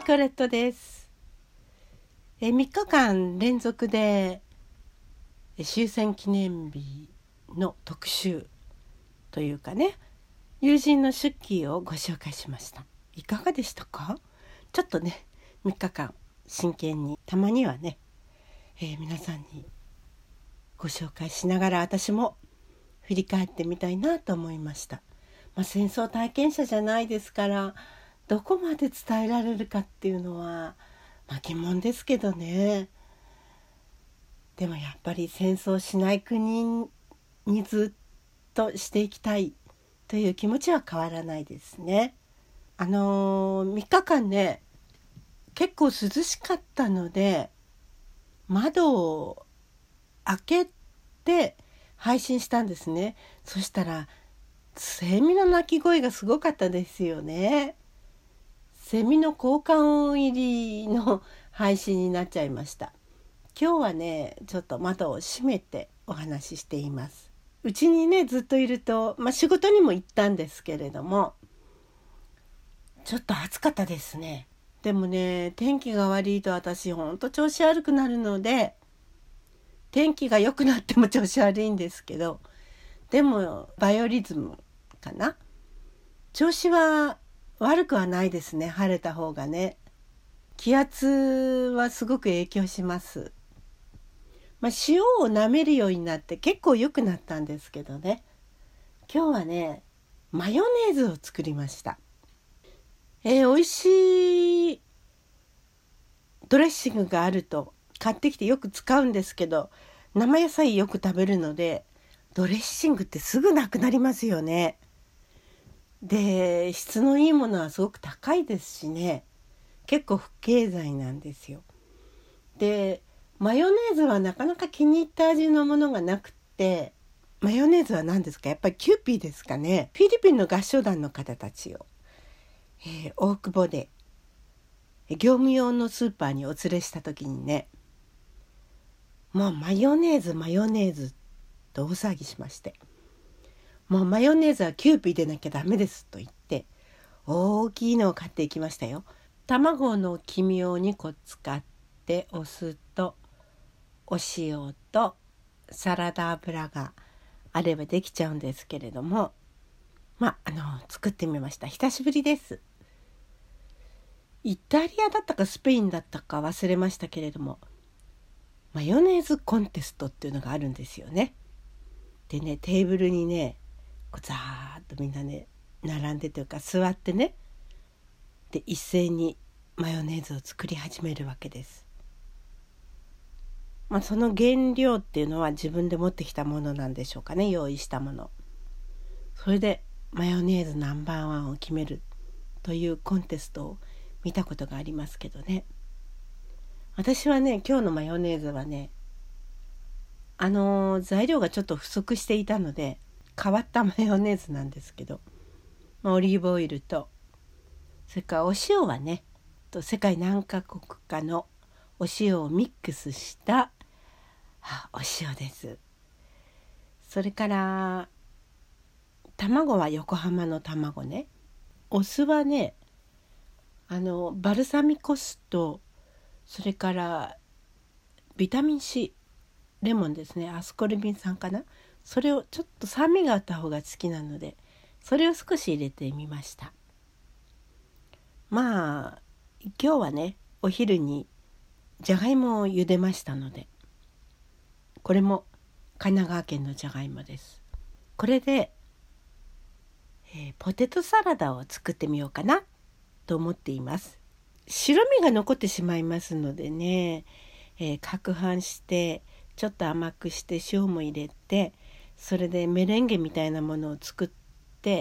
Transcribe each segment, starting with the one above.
コレットです。3日間連続で終戦記念日の特集というかね、友人の出記をご紹介しました。いかがでしたか？ちょっとね、3日間真剣にたまにはね、皆さんにご紹介しながら私も振り返ってみたいなと思いました。戦争体験者じゃないですから、どこまで伝えられるかっていうのは疑問ですけどね。でもやっぱり戦争しない国にずっとしていきたいという気持ちは変わらないですね。3日間ね、結構涼しかったので窓を開けて配信したんですね。そしたらセミの鳴き声がすごかったですよね。セミの効果音入りの配信になっちゃいました。今日はね、ちょっと窓を閉めてお話ししています。うちにねずっといると、仕事にも行ったんですけれども、ちょっと暑かったですね。でもね、天気が悪いと私ほんと調子悪くなるので、天気が良くなっても調子悪いんですけど、でもバイオリズムかな、調子は悪くはないですね。晴れた方がね。気圧はすごく影響します。塩を舐めるようになって結構良くなったんですけどね。今日はね、マヨネーズを作りました。美味しいドレッシングがあると買ってきてよく使うんですけど、生野菜よく食べるのでドレッシングってすぐなくなりますよね。で、質のいいものはすごく高いですしね、結構不経済なんですよ。で、マヨネーズはなかなか気に入った味のものがなくて、マヨネーズは何ですか？やっぱりキューピーですかね。フィリピンの合唱団の方たちを、大久保で業務用のスーパーにお連れした時にね、もうマヨネーズと大騒ぎしまして、もうマヨネーズはキューピーでなきゃダメですと言って大きいのを買っていきましたよ。卵の黄身を2個使ってお酢とお塩とサラダ油があればできちゃうんですけれども、作ってみました。久しぶりです。イタリアだったかスペインだったか忘れましたけれども、マヨネーズコンテストっていうのがあるんですよね。でね、テーブルにねザーッとみんなね並んでというか座ってね、で一斉にマヨネーズを作り始めるわけです。その原料っていうのは自分で持ってきたものなんでしょうかね、用意したもの。それでマヨネーズナンバーワンを決めるというコンテストを見たことがありますけどね。私はね、今日のマヨネーズはね、材料がちょっと不足していたので変わったマヨネーズなんですけど、オリーブオイルと、それからお塩はね、世界何カ国かのお塩をミックスしたお塩です。それから卵は横浜の卵ね。お酢はね、バルサミコ酢と、それからビタミン C、 レモンですね、アスコルビン酸かな、それをちょっと酸味があった方が好きなのでそれを少し入れてみました。今日はね、お昼にじゃがいもを茹でましたので、これも神奈川県のじゃがいもです。これで、ポテトサラダを作ってみようかなと思っています。白身が残ってしまいますのでね、攪拌してちょっと甘くして塩も入れて、それでメレンゲみたいなものを作って、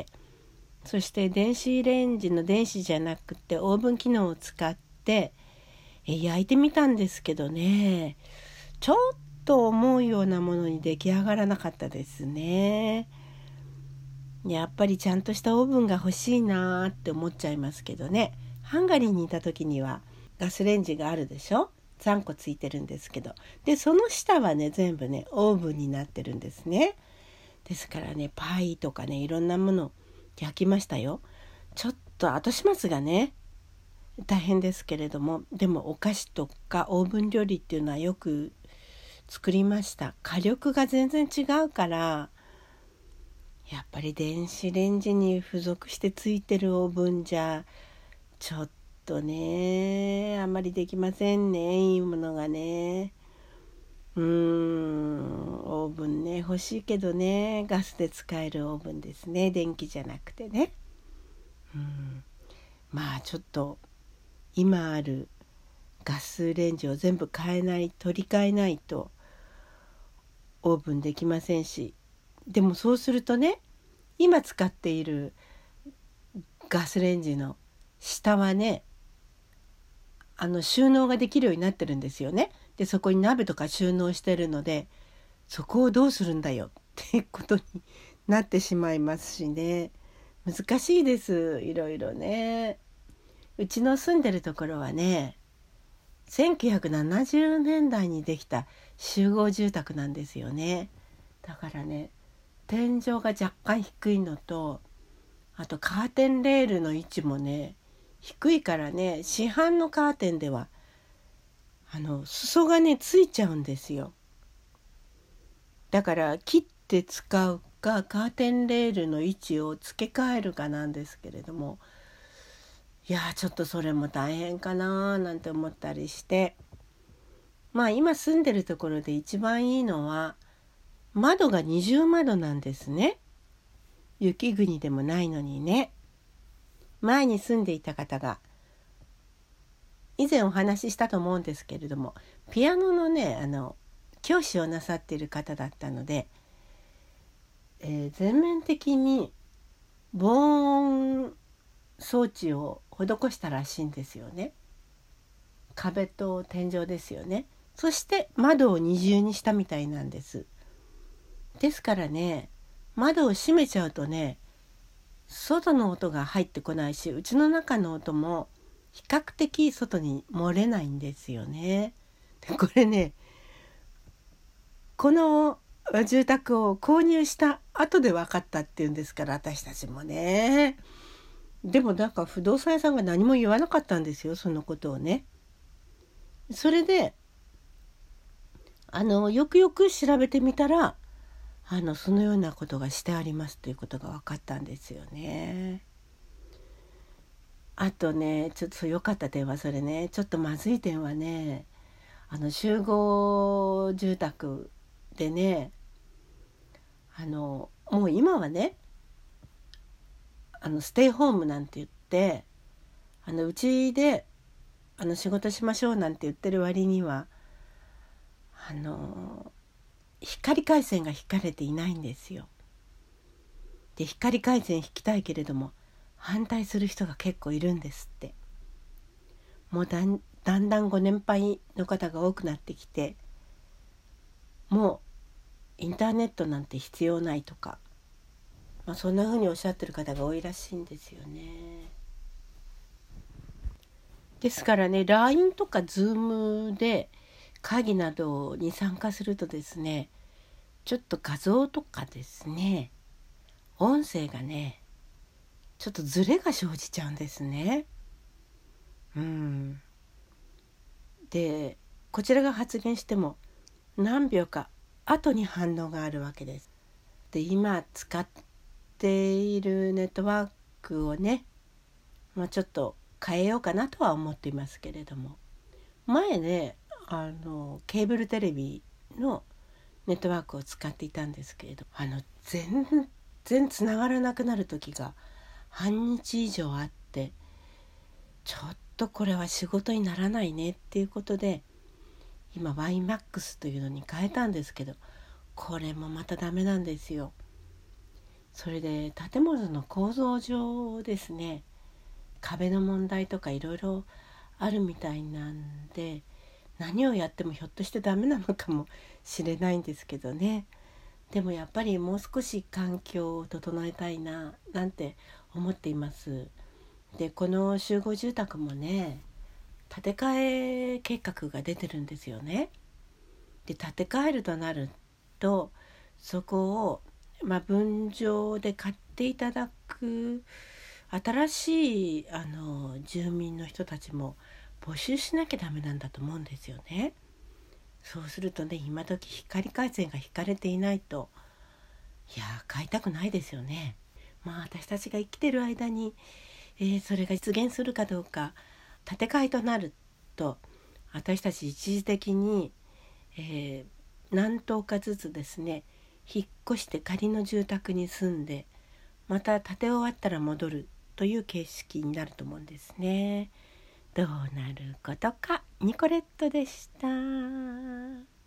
そして電子レンジの電子じゃなくてオーブン機能を使って焼いてみたんですけどね、ちょっと思うようなものに出来上がらなかったですね。やっぱりちゃんとしたオーブンが欲しいなって思っちゃいますけどね。ハンガリーにいた時にはガスレンジがあるでしょ、3個ついてるんですけど、でその下はね全部ねオーブンになってるんですね。ですからね、パイとかねいろんなもの焼きましたよ。ちょっと後始末がね大変ですけれども、でもお菓子とかオーブン料理っていうのはよく作りました。火力が全然違うから、やっぱり電子レンジに付属してついてるオーブンじゃちょっとね、あんまりできませんね、いいものがね。オーブンね、欲しいけどね、ガスで使えるオーブンですね、電気じゃなくてね。まあちょっと今あるガスレンジを全部取り替えないとオーブンできませんし、でもそうするとね、今使っているガスレンジの下はね、収納ができるようになってるんですよね。でそこに鍋とか収納してるので、そこをどうするんだよってことになってしまいますしね、難しいです、いろいろね。うちの住んでるところはね、1970年代にできた集合住宅なんですよね。だからね、天井が若干低いのと、あとカーテンレールの位置もね低いからね、市販のカーテンでは裾がねついちゃうんですよ。だから切って使うかカーテンレールの位置を付け替えるかなんですけれども、いやちょっとそれも大変かななんて思ったりして、まあ今住んでるところで一番いいのは窓が二重窓なんですね。雪国でもないのにね。前に住んでいた方が以前お話ししたと思うんですけれども、ピアノのね教師をなさっている方だったので、全面的に防音装置を施したらしいんですよね。壁と天井ですよね。そして窓を二重にしたみたいなんです。ですからね、窓を閉めちゃうとね、外の音が入ってこないし、うちの中の音も比較的外に漏れないんですよね。でこれね、この住宅を購入した後で分かったっていうんですから、私たちもね。でもなんか不動産屋さんが何も言わなかったんですよ、そのことをね。それでよくよく調べてみたら、そのようなことがしてありますということが分かったんですよね。あとね、ちょっと良かった点はそれね、ちょっとまずい点はね、集合住宅でね、もう今はね、ステイホームなんて言って、うちで仕事しましょうなんて言ってる割には、光回線が引かれていないんですよ。で光回線引きたいけれども反対する人が結構いるんですって。もうだんだんご年配の方が多くなってきて、もうインターネットなんて必要ないとか、そんな風におっしゃってる方が多いらしいんですよね。ですからね、 LINE とか Zoom で会議などに参加するとですね、ちょっと画像とかですね、音声がねちょっとズレが生じちゃうんですね。でこちらが発言しても何秒か後に反応があるわけです。で今使っているネットワークをね、ちょっと変えようかなとは思っていますけれども、前ねケーブルテレビのネットワークを使っていたんですけれど、全然つながらなくなる時が半日以上あって、ちょっとこれは仕事にならないねっていうことで今 YMAX というのに変えたんですけど、これもまたダメなんですよ。それで建物の構造上ですね、壁の問題とかいろいろあるみたいなんで、何をやってもひょっとしてダメなのかもしれないんですけどね。でもやっぱりもう少し環境を整えたいななんて思っています。でこの集合住宅もね、建て替え計画が出てるんですよね。で建て替えるとなると、そこを分譲で買っていただく新しい住民の人たちも募集しなきゃダメなんだと思うんですよね。そうするとね、今時光回線が引かれていないと買いたくないですよね。私たちが生きてる間に、それが実現するかどうか、建て替えとなると私たち一時的に、何棟かずつですね引っ越して仮の住宅に住んで、また建て終わったら戻るという形式になると思うんですね。どうなることか。ニコレットでした。